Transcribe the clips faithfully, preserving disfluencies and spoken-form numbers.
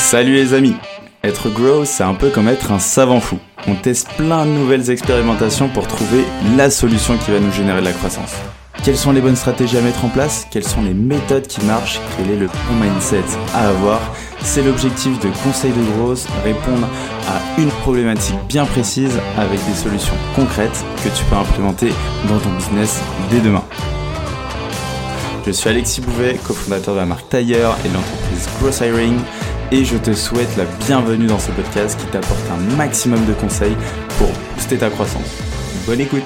Salut les amis. Être grow, c'est un peu comme être un savant fou. On teste plein de nouvelles expérimentations pour trouver la solution qui va nous générer de la croissance. Quelles sont les bonnes stratégies à mettre en place? Quelles sont les méthodes qui marchent? Quel est le bon mindset à avoir? C'est l'objectif de Conseil de Growth, répondre à une problématique bien précise avec des solutions concrètes que tu peux implémenter dans ton business dès demain. Je suis Alexis Bouvet, cofondateur de la marque Tailleur et de l'entreprise Growth Hiring, et je te souhaite la bienvenue dans ce podcast qui t'apporte un maximum de conseils pour booster ta croissance. Bonne écoute!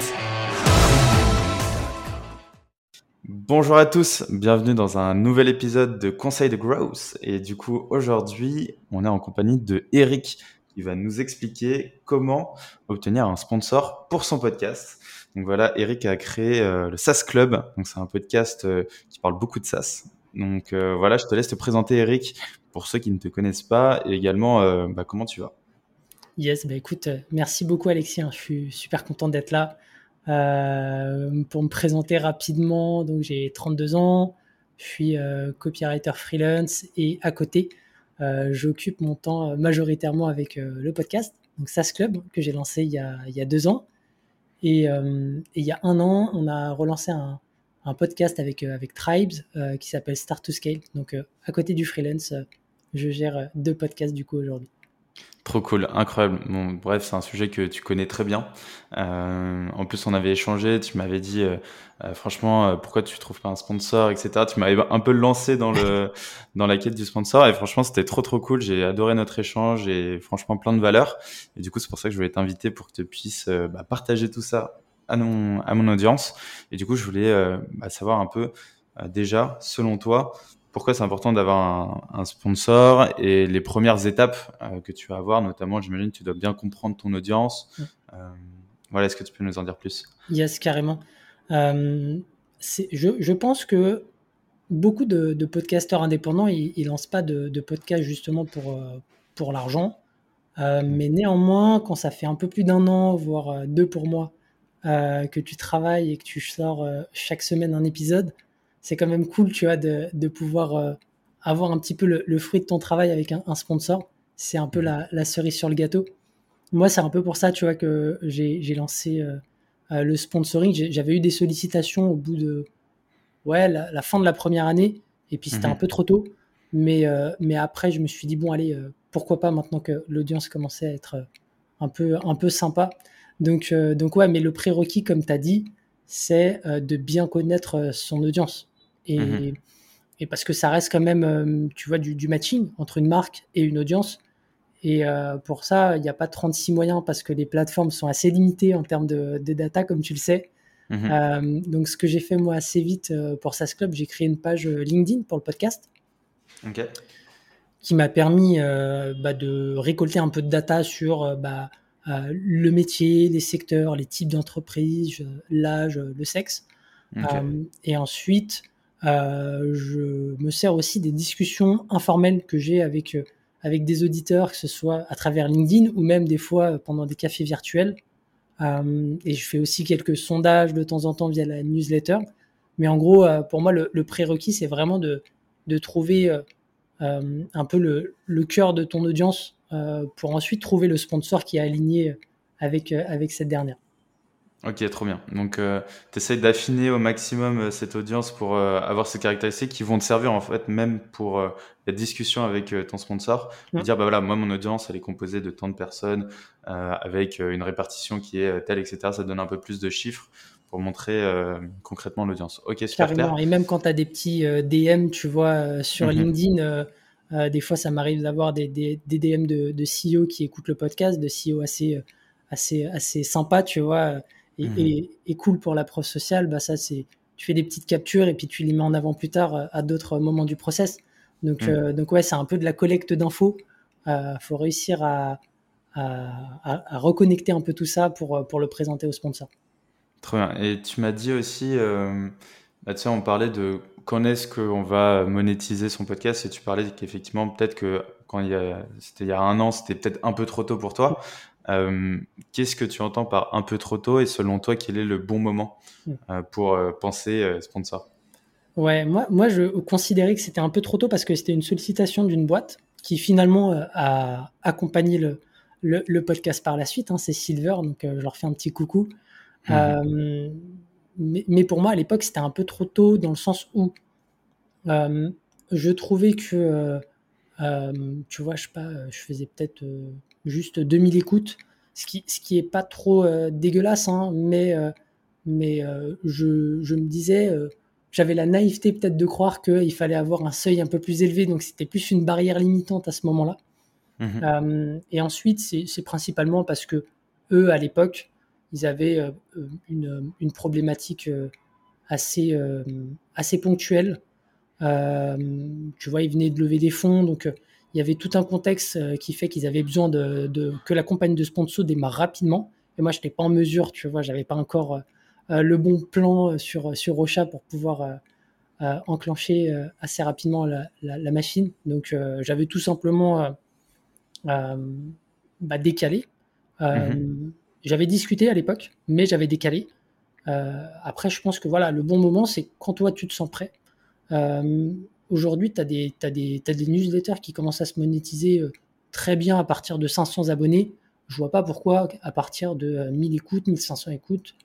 Bonjour à tous, bienvenue dans un nouvel épisode de Conseil de Growth. Et du coup, aujourd'hui, on est en compagnie de Eric qui va nous expliquer comment obtenir un sponsor pour son podcast. Donc voilà, Eric a créé euh, le SaaS Club. Donc c'est un podcast euh, qui parle beaucoup de SaaS. Donc euh, voilà, je te laisse te présenter, Eric, pour ceux qui ne te connaissent pas, et également euh, bah, comment tu vas. Yes, bah écoute, euh, merci beaucoup Alexis, hein, je suis super content d'être là. Euh, pour me présenter rapidement, donc j'ai trente-deux ans, je suis euh, copywriter freelance et à côté, euh, j'occupe mon temps majoritairement avec euh, le podcast, donc SaaS Club, que j'ai lancé il y a, il y a deux ans. Et, euh, et il y a un an, on a relancé un, un podcast avec, euh, avec Tribes euh, qui s'appelle Start to Scale. Donc euh, à côté du freelance, euh, je gère deux podcasts du coup aujourd'hui. Trop cool, incroyable. Bon, bref, c'est un sujet que tu connais très bien. Euh, en plus, on avait échangé, tu m'avais dit, euh, euh, franchement, euh, pourquoi tu trouves pas un sponsor, et cetera. Tu m'avais un peu lancé dans le dans la quête du sponsor, et franchement, c'était trop trop cool. J'ai adoré notre échange et franchement plein de valeurs. Et du coup, c'est pour ça que je voulais t'inviter pour que tu puisses euh, bah, partager tout ça à mon à mon audience. Et du coup, je voulais euh, bah, savoir un peu euh, déjà, selon toi, pourquoi c'est important d'avoir un, un sponsor et les premières étapes euh, que tu vas avoir, notamment, j'imagine que tu dois bien comprendre ton audience. Mm. Euh, voilà, est-ce que tu peux nous en dire plus? Yes, carrément. Euh, c'est, je, je pense que beaucoup de, de podcasteurs indépendants, ils ne lancent pas de, de podcast justement pour, euh, pour l'argent. Euh, Mm. mais néanmoins, quand ça fait un peu plus d'un an, voire euh, deux pour moi, euh, que tu travailles et que tu sors euh, chaque semaine un épisode, c'est quand même cool, tu vois, de, de pouvoir euh, avoir un petit peu le, le fruit de ton travail avec un, un sponsor. C'est un peu Mm. la, la cerise sur le gâteau. Moi, c'est un peu pour ça, tu vois, que j'ai, j'ai lancé euh, euh, le sponsoring. J'ai- J'avais eu des sollicitations au bout de ouais, la, la fin de la première année, et puis c'était un peu Mhm. trop tôt. Mais, euh, mais après, je me suis dit, bon, allez, euh, pourquoi pas maintenant que l'audience commençait à être euh, un peu, un peu sympa. Donc, euh, donc ouais, mais le prérequis, comme tu as dit, c'est euh, de bien connaître euh, son audience. Mhm. Et, et parce que ça reste quand même, euh, tu vois, du, du matching entre une marque et une audience. Et euh, pour ça, il n'y a pas trente-six moyens parce que les plateformes sont assez limitées en termes de, de data, comme tu le sais. Mhm. Euh, donc, ce que j'ai fait moi assez vite euh, pour SaaS Club, j'ai créé une page euh, LinkedIn pour le podcast Ok. qui m'a permis euh, bah, de récolter un peu de data sur euh, bah, euh, le métier, les secteurs, les types d'entreprises, euh, l'âge, euh, le sexe. Ok. Euh, et ensuite, euh, je me sers aussi des discussions informelles que j'ai avec, euh, avec des auditeurs, que ce soit à travers LinkedIn ou même des fois euh, pendant des cafés virtuels. Euh, et je fais aussi quelques sondages de temps en temps via la newsletter. Mais en gros, euh, pour moi, le, le prérequis, c'est vraiment de, de trouver euh, euh, un peu le, le cœur de ton audience euh, pour ensuite trouver le sponsor qui est aligné avec, euh, avec cette dernière. Ok, trop bien. Donc, euh, tu essaies d'affiner au maximum euh, cette audience pour euh, avoir ces caractéristiques qui vont te servir en fait même pour euh, la discussion avec euh, ton sponsor. Lui Mm. dire, bah voilà, moi mon audience elle est composée de tant de personnes euh, avec euh, une répartition qui est euh, telle, et cetera. Ça te donne un peu plus de chiffres pour montrer euh, concrètement l'audience. Ok, super Carrément. clair. Et même quand tu as des petits euh, D M, tu vois, euh, sur Mhm. LinkedIn, euh, euh, des fois, ça m'arrive d'avoir des, des, des D M de, de C E O qui écoutent le podcast, de C E O assez, euh, assez, assez sympa, tu vois, et, Mhm. et, et cool pour la preuve sociale. Bah, ça, c'est, tu fais des petites captures et puis tu les mets en avant plus tard euh, à d'autres moments du process. Donc, Mhm. euh, donc ouais, c'est un peu de la collecte d'infos. Il euh, faut réussir à, à, à, à reconnecter un peu tout ça pour, pour le présenter au sponsor. Trop bien. Et tu m'as dit aussi, euh, bah, tu sais, on parlait de quand est-ce qu'on va monétiser son podcast et tu parlais qu'effectivement, peut-être que quand il y a, c'était il y a un an, c'était peut-être un peu trop tôt pour toi. Euh, qu'est-ce que tu entends par un peu trop tôt et selon toi, quel est le bon moment euh, pour euh, penser euh, sponsor? Ouais, moi, moi, je considérais que c'était un peu trop tôt parce que c'était une sollicitation d'une boîte qui finalement euh, a accompagné le, le, le podcast par la suite. Hein, c'est Silver, donc euh, je leur fais un petit coucou. Mmh. Euh, mais, mais pour moi, à l'époque, c'était un peu trop tôt dans le sens où euh, je trouvais que, euh, euh, tu vois, je sais pas, je faisais peut-être euh, juste deux mille écoutes, ce qui, ce qui est pas trop euh, dégueulasse, hein, mais, euh, mais euh, je, je me disais, euh, j'avais la naïveté peut-être de croire qu'il fallait avoir un seuil un peu plus élevé, donc c'était plus une barrière limitante à ce moment-là. Mmh. Euh, et ensuite, c'est, c'est principalement parce que eux, à l'époque, ils avaient euh, une, une problématique euh, assez, euh, assez ponctuelle. Euh, tu vois, ils venaient de lever des fonds, donc euh, il y avait tout un contexte euh, qui fait qu'ils avaient besoin de, de, que la campagne de sponsor démarre rapidement. Et moi, je n'étais pas en mesure, tu vois, j'avais pas encore euh, le bon plan sur, sur Ocha pour pouvoir euh, euh, enclencher euh, assez rapidement la, la, la machine. Donc, euh, j'avais tout simplement euh, euh, bah, décalé. Euh, mmh. J'avais discuté à l'époque, mais j'avais décalé. Euh, après, je pense que voilà, le bon moment, c'est quand toi, tu te sens prêt. Euh, aujourd'hui, tu as des, t'as des, t'as des newsletters qui commencent à se monétiser euh, très bien à partir de cinq cents abonnés. Je vois pas pourquoi, à partir de euh, mille écoutes, mille cinq cents écoutes,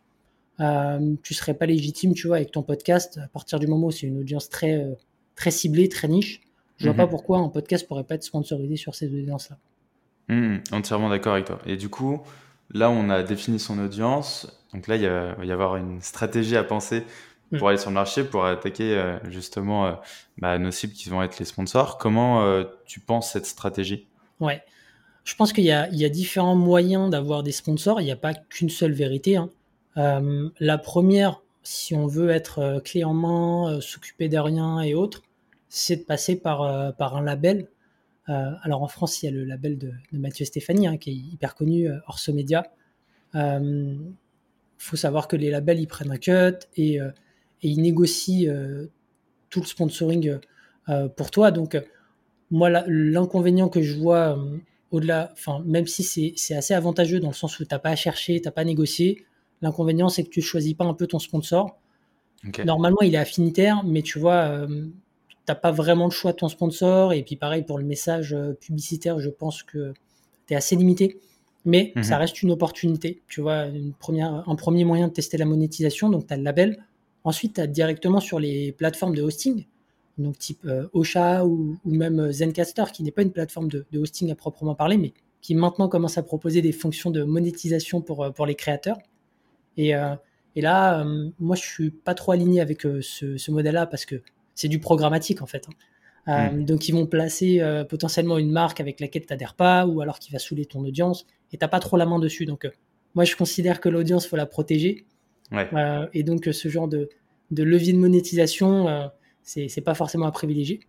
euh, tu serais pas légitime, tu vois, avec ton podcast. À partir du moment où c'est une audience très, euh, très ciblée, très niche, je vois mmh. pas pourquoi un podcast pourrait pas être sponsorisé sur ces audiences-là. Mmh, entièrement d'accord avec toi. Et du coup, là, on a défini son audience. Donc là, il va y avoir une stratégie à penser pour mmh. aller sur le marché, pour attaquer euh, justement euh, bah, nos cibles qui vont être les sponsors. Comment euh, tu penses cette stratégie ? Ouais, je pense qu'il y a, il y a différents moyens d'avoir des sponsors. Il n'y a pas qu'une seule vérité. Hein. Euh, la première, si on veut être euh, clé en main, euh, s'occuper de rien et autres, c'est de passer par, euh, par un label. Euh, alors en France, il y a le label de, de Mathieu Stéphanie, hein, qui est hyper connu, euh, Orso Média. Il euh, faut savoir que les labels, ils prennent un cut et, euh, et ils négocient euh, tout le sponsoring euh, pour toi. Donc, euh, moi, la, l'inconvénient que je vois, euh, au-delà, enfin, même si c'est, c'est assez avantageux dans le sens où tu n'as pas à chercher, tu n'as pas à négocier, l'inconvénient, c'est que tu ne choisis pas un peu ton sponsor. Okay. Normalement, il est affinitaire, mais tu vois, euh, t'as pas vraiment le choix de ton sponsor. Et puis pareil pour le message publicitaire, je pense que tu es assez limité. Mais mmh. ça reste une opportunité. Tu vois, une première, un premier moyen de tester la monétisation, donc tu as le label. Ensuite, tu as directement sur les plateformes de hosting, donc type euh, Ocha ou, ou même Zencastr, qui n'est pas une plateforme de, de hosting à proprement parler, mais qui maintenant commence à proposer des fonctions de monétisation pour, pour les créateurs. Et, euh, et là, euh, moi, je suis pas trop aligné avec euh, ce, ce modèle-là parce que c'est du programmatique en fait. Hein. Euh, mmh. Donc, ils vont placer euh, potentiellement une marque avec laquelle tu n'adhères pas ou alors qui va saouler ton audience et tu n'as pas trop la main dessus. Donc, euh, moi, je considère que l'audience, il faut la protéger. Ouais. Euh, et donc, ce genre de, de levier de monétisation, euh, c'est, c'est pas forcément à privilégier.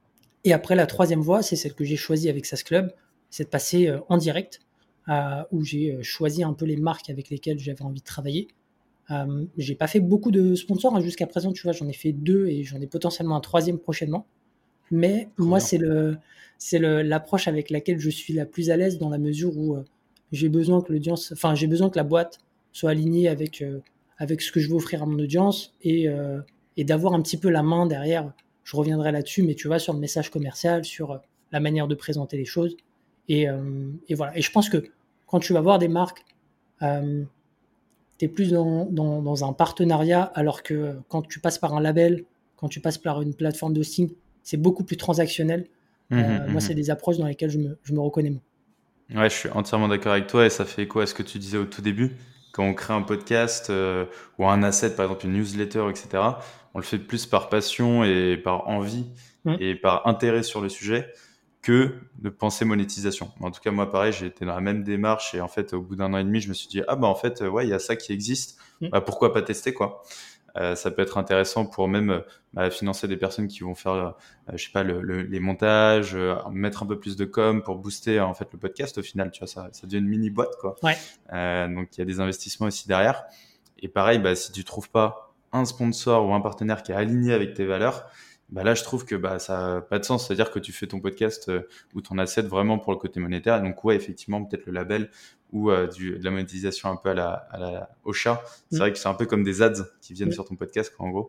Et après, la troisième voie, c'est celle que j'ai choisie avec S A S Club, c'est de passer euh, en direct, euh, où j'ai choisi un peu les marques avec lesquelles j'avais envie de travailler. Euh, j'ai pas fait beaucoup de sponsors hein, jusqu'à présent, tu vois, j'en ai fait deux et j'en ai potentiellement un troisième prochainement. Mais Trop moi, bien. c'est le, c'est le, l'approche avec laquelle je suis la plus à l'aise dans la mesure où euh, j'ai besoin que l'audience, enfin, j'ai besoin que la boîte soit alignée avec euh, avec ce que je veux offrir à mon audience et euh, et d'avoir un petit peu la main derrière. Je reviendrai là-dessus, mais tu vois, sur le message commercial, sur euh, la manière de présenter les choses et euh, et voilà. Et je pense que quand tu vas voir des marques euh, tu es plus dans, dans, dans un partenariat, alors que quand tu passes par un label, quand tu passes par une plateforme d'hosting, c'est beaucoup plus transactionnel. Mmh, euh, mmh. Moi, c'est des approches dans lesquelles je me, je me reconnais moins. Ouais, je suis entièrement d'accord avec toi et ça fait écho à ce que tu disais au tout début. Quand on crée un podcast euh, ou un asset, par exemple une newsletter, et cetera, on le fait plus par passion et par envie mmh. et par intérêt sur le sujet que de penser monétisation. En tout cas, moi, pareil, j'ai été dans la même démarche et en fait, au bout d'un an et demi, je me suis dit, ah bah en fait, ouais, il y a ça qui existe, mmh. bah, pourquoi pas tester, quoi. Euh, ça peut être intéressant pour même bah, financer des personnes qui vont faire, euh, je sais pas, le, le, les montages, euh, mettre un peu plus de com pour booster en fait le podcast. Au final, tu vois, ça, ça devient une mini boîte, quoi. Ouais. Euh, donc il y a des investissements aussi derrière. Et pareil, bah, si tu trouves pas un sponsor ou un partenaire qui est aligné avec tes valeurs, bah là, je trouve que bah, ça n'a pas de sens. C'est-à-dire que tu fais ton podcast euh, ou ton asset vraiment pour le côté monétaire. Et donc, ouais, effectivement, peut-être le label ou euh, du, de la monétisation un peu à la, à la Ocha. C'est mmh. vrai que c'est un peu comme des ads qui viennent mmh. sur ton podcast, quoi, en gros.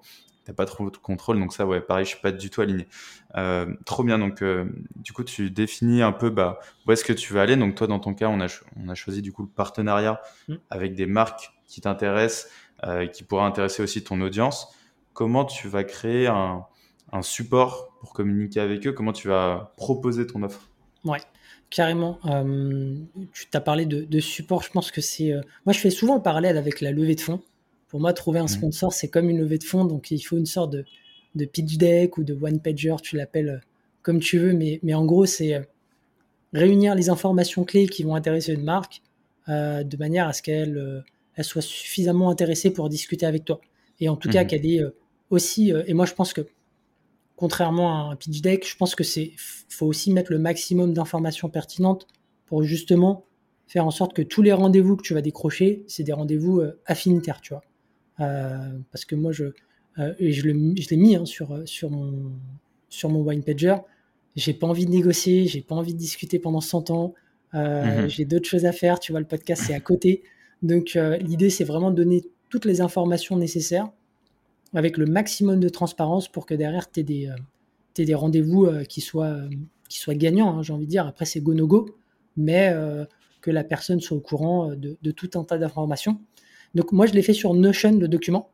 t'as pas trop de contrôle. Donc ça, ouais, pareil, je suis pas du tout aligné. Euh, trop bien. Donc, euh, du coup, tu définis un peu bah, où est-ce que tu veux aller. Donc toi, dans ton cas, on a, cho- on a choisi du coup le partenariat Mm. avec des marques qui t'intéressent, euh, qui pourraient intéresser aussi ton audience. Comment tu vas créer un, un support pour communiquer avec eux? Comment tu vas proposer ton offre? Ouais, carrément. Euh, tu t'as parlé de, de support. Je pense que c'est. euh, Moi, je fais souvent le parallèle avec la levée de fonds. Pour moi, trouver un Mhm. sponsor, c'est comme une levée de fonds. Donc, il faut une sorte de, de pitch deck ou de one pager, tu l'appelles euh, comme tu veux. Mais, mais en gros, c'est euh, réunir les informations clés qui vont intéresser une marque euh, de manière à ce qu'elle euh, elle soit suffisamment intéressée pour discuter avec toi. Et en tout cas, Mhm. qu'elle ait euh, aussi. euh, Et moi, je pense que contrairement à un pitch deck, je pense que c'est faut aussi mettre le maximum d'informations pertinentes pour justement faire en sorte que tous les rendez-vous que tu vas décrocher, c'est des rendez-vous euh, affinitaires, tu vois. Euh, parce que moi, je, euh, et je, le, je l'ai mis hein, sur, sur, mon, sur mon one pager. J'ai pas envie de négocier, j'ai pas envie de discuter pendant cent ans. Euh, Mhm. j'ai d'autres choses à faire, tu vois. Le podcast, c'est à côté. Donc, euh, l'idée, c'est vraiment de donner toutes les informations nécessaires avec le maximum de transparence pour que derrière, tu aies des, euh, t'aies des rendez-vous euh, qui, soient, euh, qui soient gagnants, hein, j'ai envie de dire. Après, c'est go no go, mais euh, que la personne soit au courant euh, de, de tout un tas d'informations. Donc, moi, je l'ai fait sur Notion, le document.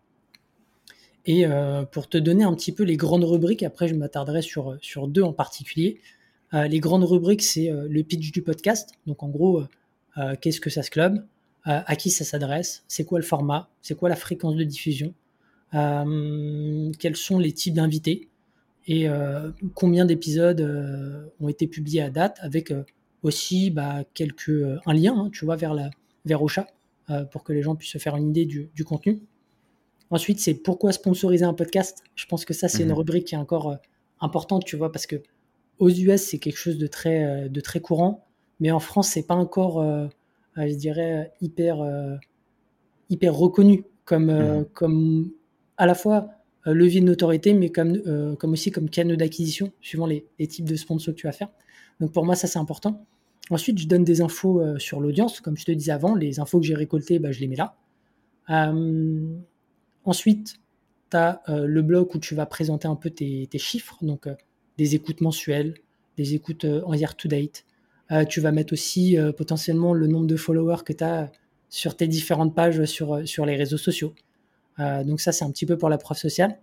Et euh, pour te donner un petit peu les grandes rubriques, après, je m'attarderai sur, sur deux en particulier. Euh, les grandes rubriques, c'est euh, le pitch du podcast. Donc, en gros, euh, euh, qu'est-ce que ça se club, euh, à qui ça s'adresse, c'est quoi le format, c'est quoi la fréquence de diffusion, euh, quels sont les types d'invités et euh, combien d'épisodes euh, ont été publiés à date, avec euh, aussi bah, quelques, euh, un lien, hein, tu vois, vers, la, vers Ocha, euh, pour que les gens puissent se faire une idée du, du contenu. Ensuite, c'est pourquoi sponsoriser un podcast. Je pense que ça, c'est une Mhm. rubrique qui est encore euh, importante, tu vois, parce que aux U S, c'est quelque chose de très, euh, de très courant, mais en France, c'est pas encore, euh, euh, je dirais, hyper, euh, hyper reconnu comme, euh, Mhm. comme à la fois euh, levier de notoriété, mais comme, euh, comme aussi comme canal d'acquisition, suivant les, les types de sponsors que tu vas faire. Donc pour moi, ça, c'est important. Ensuite, je donne des infos euh, sur l'audience. Comme je te disais avant, les infos que j'ai récoltées, bah, je les mets là. Euh, ensuite, tu as euh, le bloc où tu vas présenter un peu tes, tes chiffres, donc euh, des écoutes mensuelles, des écoutes euh, en year-to-date. Euh, tu vas mettre aussi euh, potentiellement le nombre de followers que tu as sur tes différentes pages sur, sur les réseaux sociaux. Euh, donc ça, c'est un petit peu pour la preuve sociale.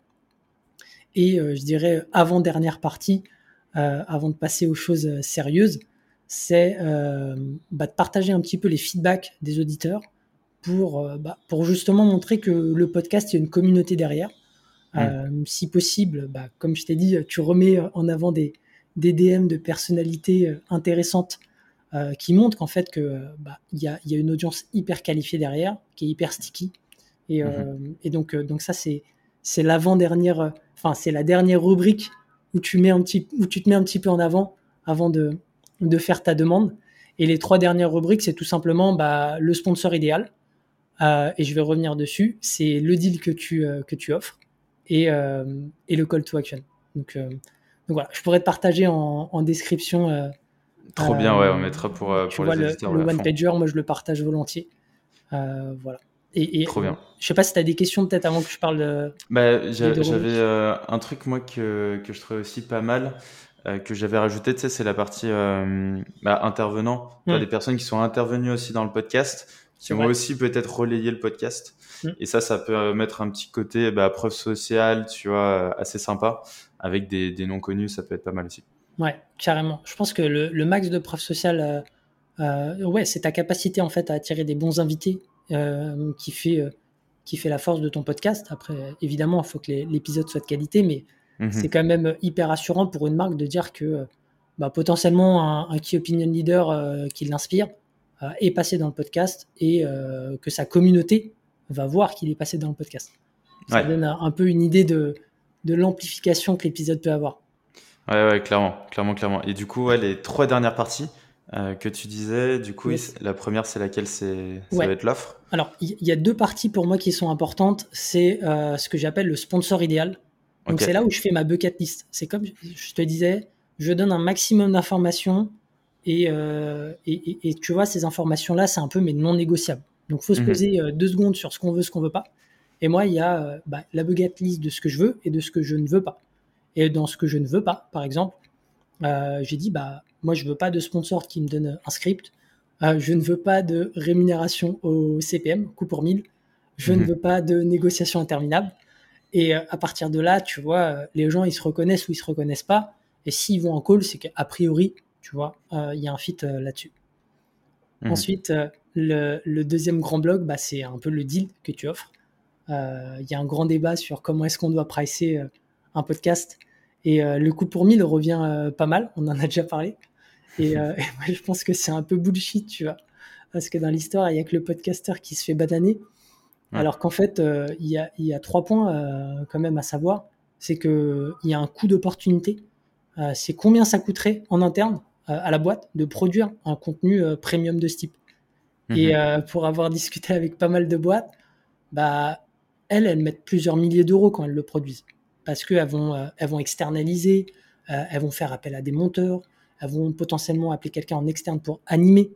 Et euh, je dirais, avant-dernière partie, euh, avant de passer aux choses euh, sérieuses, c'est euh, bah, de partager un petit peu les feedbacks des auditeurs pour, euh, bah, pour justement montrer que le podcast, il y a une communauté derrière. Mhm. Euh, si possible, bah, comme je t'ai dit, tu remets en avant des, des D M de personnalités euh, intéressantes euh, qui montrent qu'en fait que bah, il y a, y a une audience hyper qualifiée derrière, qui est hyper sticky. Et, Mhm. euh, et donc, euh, donc ça, c'est, c'est l'avant-dernière, enfin, c'est la dernière rubrique où tu, mets un petit, où tu te mets un petit peu en avant avant de, de faire ta demande. Et les trois dernières rubriques, c'est tout simplement bah, le sponsor idéal. Euh, et je vais revenir dessus. C'est le deal que tu, euh, que tu offres et, euh, et le call to action. Donc, euh, donc voilà, je pourrais te partager en, en description. Euh, Trop bien, ouais, on euh, mettra pour, euh, Tu pour vois, les le, auditeurs le ouais, à one fond. pager, moi je le partage volontiers. Euh, voilà. Et, et Trop euh, bien. je sais pas si tu as des questions peut-être avant que je parle de, Bah, des j'a- deux j'avais rubriques. euh, un truc moi que, que je trouvais aussi pas mal, euh, que j'avais rajouté, tu sais, c'est la partie euh, bah, intervenant. Tu vois, Hum, des personnes qui sont intervenues aussi dans le podcast, qui c'est ont vrai. aussi peut-être relayé le podcast. Hum, Et ça, ça peut euh, mettre un petit côté bah, preuve sociale, tu vois, euh, assez sympa. Avec des, des noms connus, ça peut être pas mal aussi. ouais, carrément. Je pense que le, le max de preuve sociale, euh, euh, ouais, c'est ta capacité en fait à attirer des bons invités euh, qui fait euh, qui fait la force de ton podcast. Après, évidemment, il faut que les- l'épisode soit de qualité, mais c'est Mhm. quand même hyper rassurant pour une marque de dire que euh, bah, potentiellement un, un key opinion leader euh, qui l'inspire euh, est passé dans le podcast et euh, que sa communauté va voir qu'il est passé dans le podcast. Ça Ouais. donne un, un peu une idée de, de l'amplification que l'épisode peut avoir. Ouais, ouais, clairement, clairement, clairement. Et du coup, ouais, les trois dernières parties euh, que tu disais, du coup, Yes. la première, c'est laquelle c'est, ça va Ouais. être l'offre. Alors, il y, y a deux parties pour moi qui sont importantes. C'est euh, ce que j'appelle le sponsor idéal. Donc, Ok. c'est là où je fais ma bucket list. C'est comme je te disais, je donne un maximum d'informations et, euh, et, et, et tu vois, ces informations-là, c'est un peu mes non négociables. Donc, il faut se Mhm. poser euh, deux secondes sur ce qu'on veut, ce qu'on veut pas. Et moi, il y a euh, bah, la bucket list de ce que je veux et de ce que je ne veux pas. Et dans ce que je ne veux pas, par exemple, euh, j'ai dit, bah, moi, je veux pas de sponsor qui me donne un script. Euh, je ne veux pas de rémunération au C P M, coût pour mille. Je Mhm. ne veux pas de négociation interminable. Et euh, à partir de là, tu vois, euh, les gens, ils se reconnaissent ou ils se reconnaissent pas. Et s'ils vont en call, c'est qu'a priori, tu vois, euh, il y a un fit euh, là-dessus. Mhm. Ensuite, euh, le, le deuxième grand bloc, bah, c'est un peu le deal que tu offres. Euh, Il y a un grand débat sur comment est-ce qu'on doit pricer euh, un podcast. Et euh, le coût pour mille revient euh, pas mal, on en a déjà parlé. Et, euh, et moi, je pense que c'est un peu bullshit, tu vois. Parce que dans l'histoire, il n'y a que le podcasteur qui se fait bananer. Ouais. Alors qu'en fait, euh, il y, a, il y a trois points euh, quand même à savoir. C'est qu'il y a un coût d'opportunité. Euh, c'est combien ça coûterait en interne euh, à la boîte de produire un contenu euh, premium de ce type. Et Mhm. euh, pour avoir discuté avec pas mal de boîtes, bah, elles, elles mettent plusieurs milliers d'euros quand elles le produisent. Parce qu'elles vont, euh, elles vont externaliser, euh, elles vont faire appel à des monteurs, elles vont potentiellement appeler quelqu'un en externe pour animer.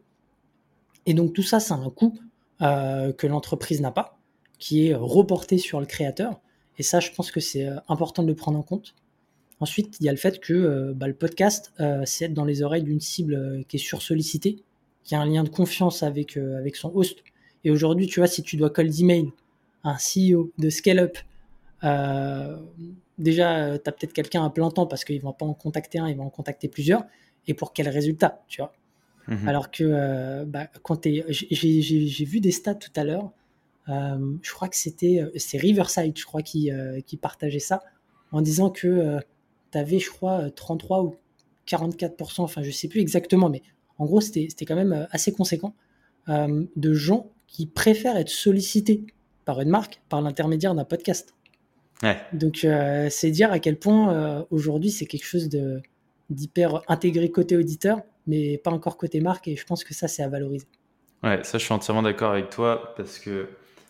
Et donc tout ça, c'est un coût euh, que l'entreprise n'a pas, qui est reporté sur le créateur. Et ça, je pense que c'est euh, important de le prendre en compte. Ensuite, il y a le fait que euh, bah, le podcast, euh, c'est être dans les oreilles d'une cible euh, qui est sursollicitée, qui a un lien de confiance avec, euh, avec son host. Et aujourd'hui, tu vois, si tu dois cold email un C E O de scale-up, euh, déjà, euh, tu as peut-être quelqu'un à plein temps parce qu'il ne va pas en contacter un, il va en contacter plusieurs. Et pour quel résultat, tu vois. Mhm. Alors que euh, bah, quand t'es, j'ai, j'ai, j'ai vu des stats tout à l'heure. Euh, je crois que c'était c'est Riverside, je crois, qui, euh, qui partageait ça en disant que euh, tu avais, je crois, trente-trois ou quarante-quatre pour cent, enfin, je sais plus exactement, mais en gros, c'était, c'était quand même assez conséquent euh, de gens qui préfèrent être sollicités par une marque par l'intermédiaire d'un podcast. Ouais. Donc, euh, c'est dire à quel point euh, aujourd'hui, c'est quelque chose de, d'hyper intégré côté auditeur, mais pas encore côté marque, et je pense que ça, c'est à valoriser. Ouais, ça, je suis entièrement d'accord avec toi parce que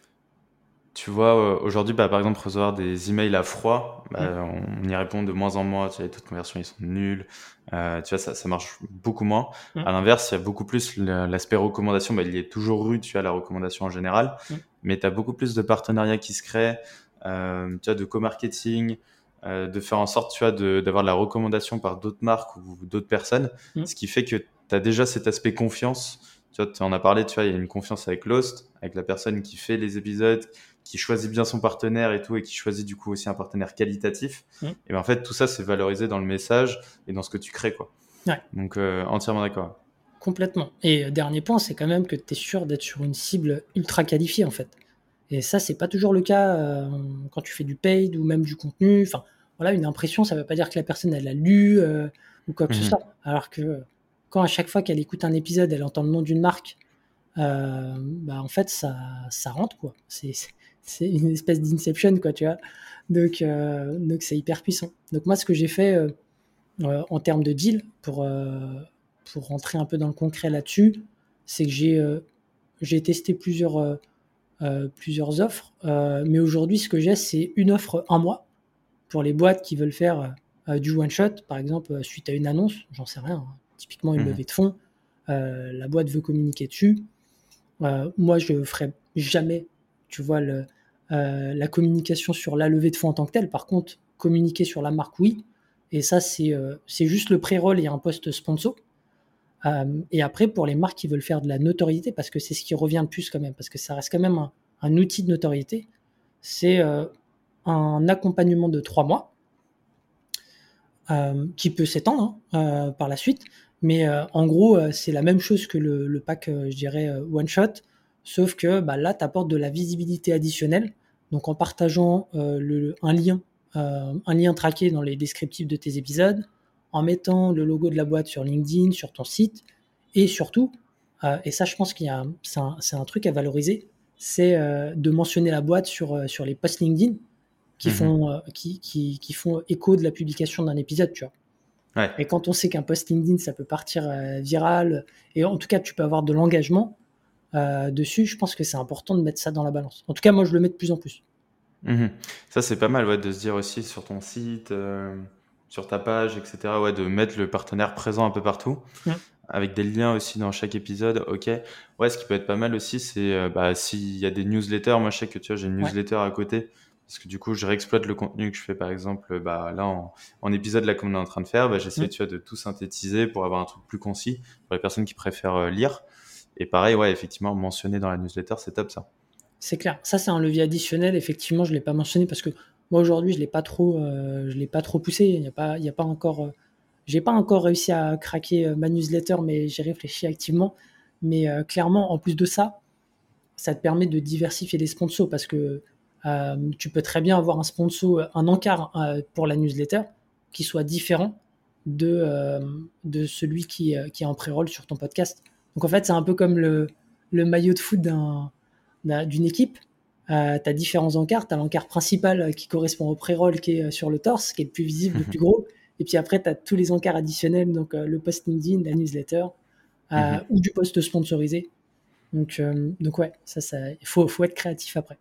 tu vois, euh, aujourd'hui, bah, par exemple, recevoir des emails à froid, Mm. bah, on y répond de moins en moins. Tu vois, les taux de conversion, ils sont nuls. Euh, tu vois, ça, ça marche beaucoup moins. Mm. À l'inverse, il y a beaucoup plus le- l'aspect recommandation. Bah, il y est toujours eu, tu vois, la recommandation en général. Mm. Mais tu as beaucoup plus de partenariats qui se créent, euh, tu vois, de co-marketing, euh, de faire en sorte, tu vois, de- d'avoir de la recommandation par d'autres marques ou d'autres personnes. Mm. Ce qui fait que tu as déjà cet aspect confiance. Tu vois, tu en as parlé, tu vois, il y a une confiance avec l'host, avec la personne qui fait les épisodes, qui choisit bien son partenaire et tout, et qui choisit du coup aussi un partenaire qualitatif. Mm. Et ben en fait, tout ça, c'est valorisé dans le message et dans ce que tu crées, quoi. Ouais. Donc, euh, entièrement d'accord. Complètement. Et euh, dernier point, c'est quand même que tu es sûr d'être sur une cible ultra qualifiée, en fait. Et ça, c'est pas toujours le cas euh, quand tu fais du paid ou même du contenu. Enfin, voilà, une impression, ça veut pas dire que la personne, elle a lu euh, ou quoi que ce Mhm. soit. Alors que euh, quand à chaque fois qu'elle écoute un épisode, elle entend le nom d'une marque, euh, bah, en fait, ça, ça rentre, quoi. C'est, c'est- c'est une espèce d'inception, quoi, tu vois. Donc, euh, donc c'est hyper puissant. Donc, moi, ce que j'ai fait euh, euh, en termes de deal, pour, euh, pour rentrer un peu dans le concret là-dessus, c'est que j'ai euh, j'ai testé plusieurs, euh, euh, plusieurs offres, euh, mais aujourd'hui, ce que j'ai, c'est une offre un mois pour les boîtes qui veulent faire euh, du one-shot, par exemple, euh, suite à une annonce, j'en sais rien, hein, typiquement une Mhm. levée de fonds, euh, la boîte veut communiquer dessus. Euh, moi, je ne ferai jamais, tu vois, le, euh, la communication sur la levée de fonds en tant que telle. Par contre, communiquer sur la marque, oui. Et ça, c'est euh, c'est juste le pré-roll et un post sponsor. Euh, et après, pour les marques qui veulent faire de la notoriété, parce que c'est ce qui revient le plus quand même, parce que ça reste quand même un, un outil de notoriété, c'est euh, un accompagnement de trois mois euh, qui peut s'étendre hein, euh, par la suite. Mais euh, en gros, euh, c'est la même chose que le, le pack, euh, je dirais, euh, one shot, sauf que bah, là, tu apportes de la visibilité additionnelle. Donc en partageant euh, le, un lien, euh, un lien traqué dans les descriptifs de tes épisodes, en mettant le logo de la boîte sur LinkedIn, sur ton site, et surtout, euh, et ça, je pense qu'il y a, c'est un, c'est un truc à valoriser, c'est euh, de mentionner la boîte sur, euh, sur les posts LinkedIn qui Mhm. font, euh, qui, qui, qui font écho de la publication d'un épisode, tu vois. Ouais. Et quand on sait qu'un post LinkedIn, ça peut partir euh, viral, et en tout cas, tu peux avoir de l'engagement euh, dessus, je pense que c'est important de mettre ça dans la balance. En tout cas, moi, je le mets de plus en plus. Mhm. Ça, c'est pas mal, ouais, de se dire aussi sur ton site, euh, sur ta page, et cetera, ouais, de mettre le partenaire présent un peu partout. Mm. avec des liens aussi dans chaque épisode. Ok. Ouais, ce qui peut être pas mal aussi, c'est euh, bah, s'il y a des newsletters. Moi, je sais que tu vois, j'ai une Ouais. newsletter à côté. Parce que du coup, je réexploite le contenu que je fais, par exemple, bah, là, en, en épisode, là, comme on est en train de faire, bah, j'essaie, Mm. tu vois, de tout synthétiser pour avoir un truc plus concis pour les personnes qui préfèrent euh, lire. Et pareil, ouais, effectivement, mentionner dans la newsletter, c'est top, ça. C'est clair. Ça, c'est un levier additionnel. Effectivement, je ne l'ai pas mentionné parce que moi, aujourd'hui, je ne l'ai pas trop, euh, je l'ai pas trop poussé. Il n'y a pas, il y a pas encore, euh, j'ai pas encore réussi à craquer euh, ma newsletter, mais j'ai réfléchi activement. Mais euh, clairement, en plus de ça, ça te permet de diversifier les sponsors parce que euh, tu peux très bien avoir un sponsor, un encart euh, pour la newsletter qui soit différent de, euh, de celui qui, euh, qui est en pré-roll sur ton podcast. Donc en fait, c'est un peu comme le, le maillot de foot d'un, d'un- d'une équipe. Euh, tu as différents encarts. Tu as l'encart principal euh, qui correspond au pré-roll qui est euh, sur le torse, qui est le plus visible, le plus gros. Et puis après, tu as tous les encarts additionnels, donc euh, le post LinkedIn, la newsletter euh, Mhm. ou du post sponsorisé. Donc, euh, donc ouais, ça, ça, il faut, faut être créatif après.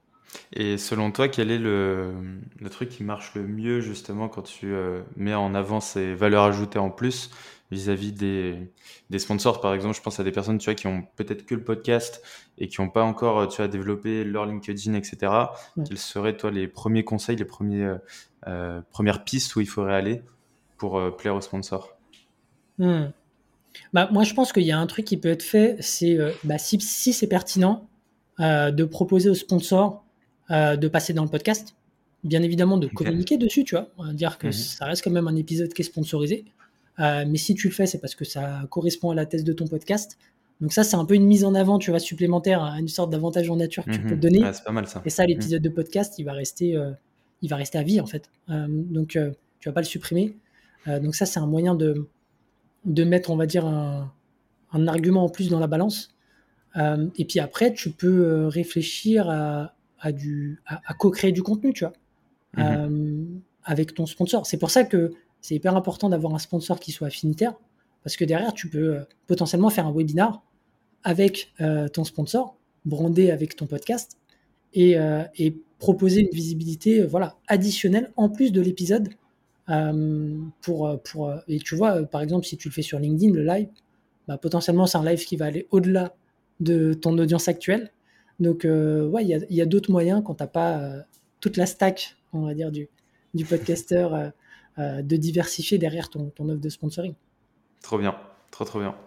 Et selon toi, quel est le, le truc qui marche le mieux justement quand tu euh, mets en avant ces valeurs ajoutées en plus vis-à-vis des, des sponsors? Par exemple, je pense à des personnes, tu vois, qui ont peut-être que le podcast et qui n'ont pas encore, tu vois, développé leur LinkedIn, et cetera. Ouais. Quels seraient, toi, les premiers conseils, les premiers, euh, euh, premières pistes où il faudrait aller pour euh, plaire aux sponsors? Hmm. Bah, moi, je pense qu'il y a un truc qui peut être fait, c'est euh, bah, si, si c'est pertinent euh, de proposer aux sponsors euh, de passer dans le podcast, bien évidemment de Ok. communiquer dessus, tu vois, on va dire que Mhm. ça reste quand même un épisode qui est sponsorisé. Euh, mais si tu le fais, c'est parce que ça correspond à la thèse de ton podcast. Donc ça, c'est un peu une mise en avant, tu vois, supplémentaire, à une sorte d'avantage en nature que tu peux te Mhm. donner. Ah, c'est pas mal ça. Et ça, Mhm. l'épisode de podcast, il va rester, euh, il va rester à vie en fait. Euh, donc euh, tu vas pas le supprimer. Euh, donc ça, c'est un moyen de, de mettre, on va dire, un, un argument en plus dans la balance. Euh, et puis après, tu peux euh, réfléchir à, à, du, à, à co-créer du contenu, tu vois, Mhm. euh, avec ton sponsor. C'est pour ça que c'est hyper important d'avoir un sponsor qui soit affinitaire, parce que derrière, tu peux euh, potentiellement faire un webinar avec euh, ton sponsor, brandé avec ton podcast, et, euh, et proposer une visibilité euh, voilà, additionnelle en plus de l'épisode. Euh, pour, pour, et tu vois, par exemple, si tu le fais sur LinkedIn, le live, bah, potentiellement, c'est un live qui va aller au-delà de ton audience actuelle. Donc, euh, ouais, il y a, y a d'autres moyens quand tu n'as pas euh, toute la stack, on va dire, du, du podcasteur, euh, euh, de diversifier derrière ton, ton offre de sponsoring. Trop bien. Trop, trop bien.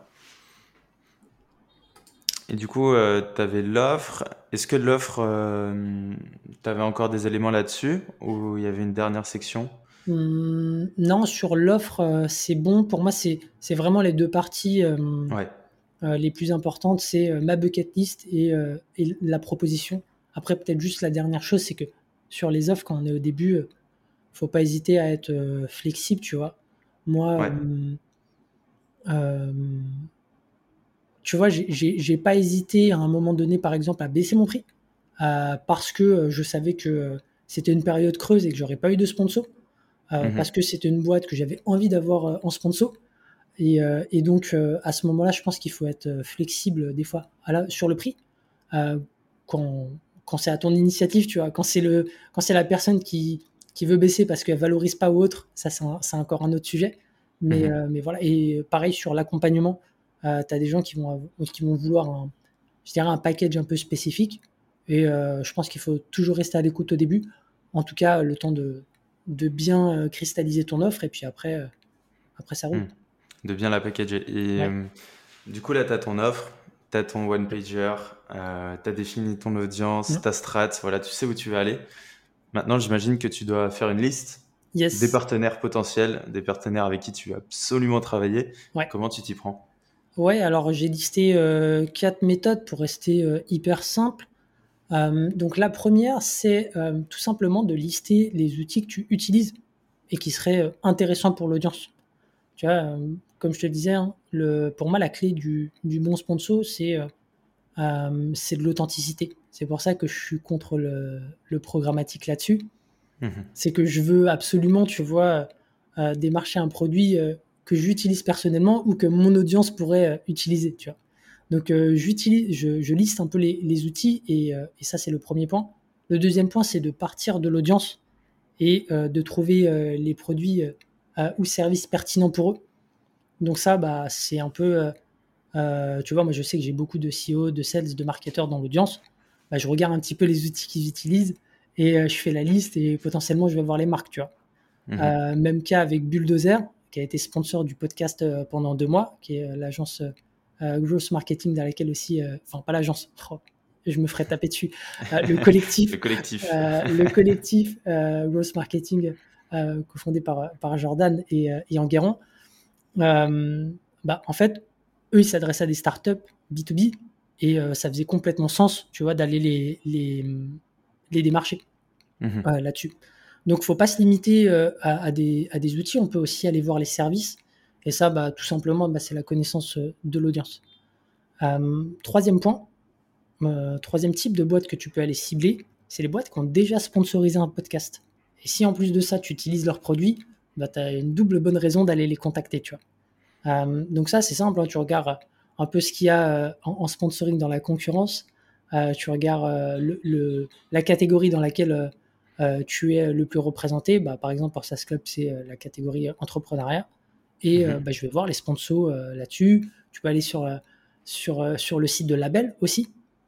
Et du coup, euh, tu avais l'offre. Est-ce que l'offre, euh, tu avais encore des éléments là-dessus ou il y avait une dernière section? Hum, non, sur l'offre, euh, c'est bon. Pour moi, c'est c'est vraiment les deux parties euh, Ouais. euh, les plus importantes. C'est euh, ma bucket list et, euh, et la proposition. Après, peut-être juste la dernière chose, c'est que sur les offres, quand on est au début, euh, faut pas hésiter à être euh, flexible, tu vois. Moi, Ouais. euh, euh, tu vois, j'ai- j'ai j'ai pas hésité à un moment donné, par exemple, à baisser mon prix euh, parce que euh, je savais que euh, c'était une période creuse et que j'aurais pas eu de sponsor, euh, parce Mhm. que c'était une boîte que j'avais envie d'avoir euh, en sponsor. Et, euh, et donc, euh, à ce moment-là, je pense qu'il faut être euh, flexible des fois à la- sur le prix. Euh, quand quand c'est à ton initiative, tu vois, quand c'est le, quand c'est la personne qui, qui veut baisser parce qu'elle valorise pas ou autre, ça c'est un- c'est encore un autre sujet. Mais, Mhm. euh, mais voilà. Et pareil sur l'accompagnement, euh, tu as des gens qui vont, av- qui vont vouloir un, je dirais un package un peu spécifique. Et euh, je pense qu'il faut toujours rester à l'écoute au début. En tout cas, le temps de, de bien euh, cristalliser ton offre et puis après, euh, après ça roule. Mhm. De bien la packager. Et Ouais. euh, du coup, là, tu as ton offre, tu as ton one-pager, euh, tu as défini ton audience, Mm. ta strat, voilà, tu sais où tu vas aller. Maintenant, j'imagine que tu dois faire une liste des Yes. partenaires potentiels, des partenaires avec qui tu veux absolument travailler. Ouais. Comment tu t'y prends? Ouais, alors j'ai listé euh, quatre méthodes pour rester euh, hyper simple. Euh, donc la première, c'est euh, tout simplement de lister les outils que tu utilises et qui seraient euh, intéressants pour l'audience. Tu vois, euh, comme je te le disais, hein, le, pour moi, la clé du, du bon sponsor, c'est euh, euh, c'est de l'authenticité. C'est pour ça que je suis contre le, le programmatique là-dessus. Mhm. C'est que je veux absolument, tu vois, euh, démarcher un produit euh, que j'utilise personnellement ou que mon audience pourrait euh, utiliser, tu vois. Donc, euh, j'utilise, je, je liste un peu les, les outils et, euh, et ça, c'est le premier point. Le deuxième point, c'est de partir de l'audience et euh, de trouver euh, les produits euh, ou services pertinents pour eux. donc ça, bah, c'est un peu, euh, euh, tu vois, moi je sais que j'ai beaucoup de C E O, de sales, de marketeurs dans l'audience. Bah, je regarde un petit peu les outils qu'ils utilisent et euh, je fais la liste et potentiellement je vais voir les marques, tu vois. Mhm. Euh, même cas avec Bulldozer, qui a été sponsor du podcast euh, pendant deux mois, qui est euh, l'agence euh, Growth Marketing dans laquelle aussi, euh, enfin pas l'agence, oh, je me ferais taper dessus, euh, le collectif, Le collectif. euh, le collectif euh, Growth Marketing euh, cofondé par, par Jordan et, euh, et Enguerrand. Euh, bah, en fait, eux, ils s'adressent à des startups B deux B et euh, ça faisait complètement sens, tu vois, d'aller les, les, les démarcher Mhm. euh, là-dessus. Donc, il ne faut pas se limiter euh, à, à, des, à des outils. On peut aussi aller voir les services. Et ça, bah, tout simplement, bah, c'est la connaissance euh, de l'audience. Euh, troisième point, euh, troisième type de boîte que tu peux aller cibler, c'est les boîtes qui ont déjà sponsorisé un podcast. Et si en plus de ça, tu utilises leurs produits, bah, tu as une double bonne raison d'aller les contacter. Tu vois. Euh, donc ça, c'est simple. Hein, tu regardes un peu ce qu'il y a euh, en, en sponsoring dans la concurrence. Euh, tu regardes euh, le, le, la catégorie dans laquelle euh, euh, tu es le plus représenté. Bah, par exemple, pour SaaS Club, c'est euh, la catégorie entrepreneuriat. Et euh, Mhm. bah, je vais voir les sponsors euh, là-dessus. Tu peux aller sur, euh, sur, euh, sur le site de Label aussi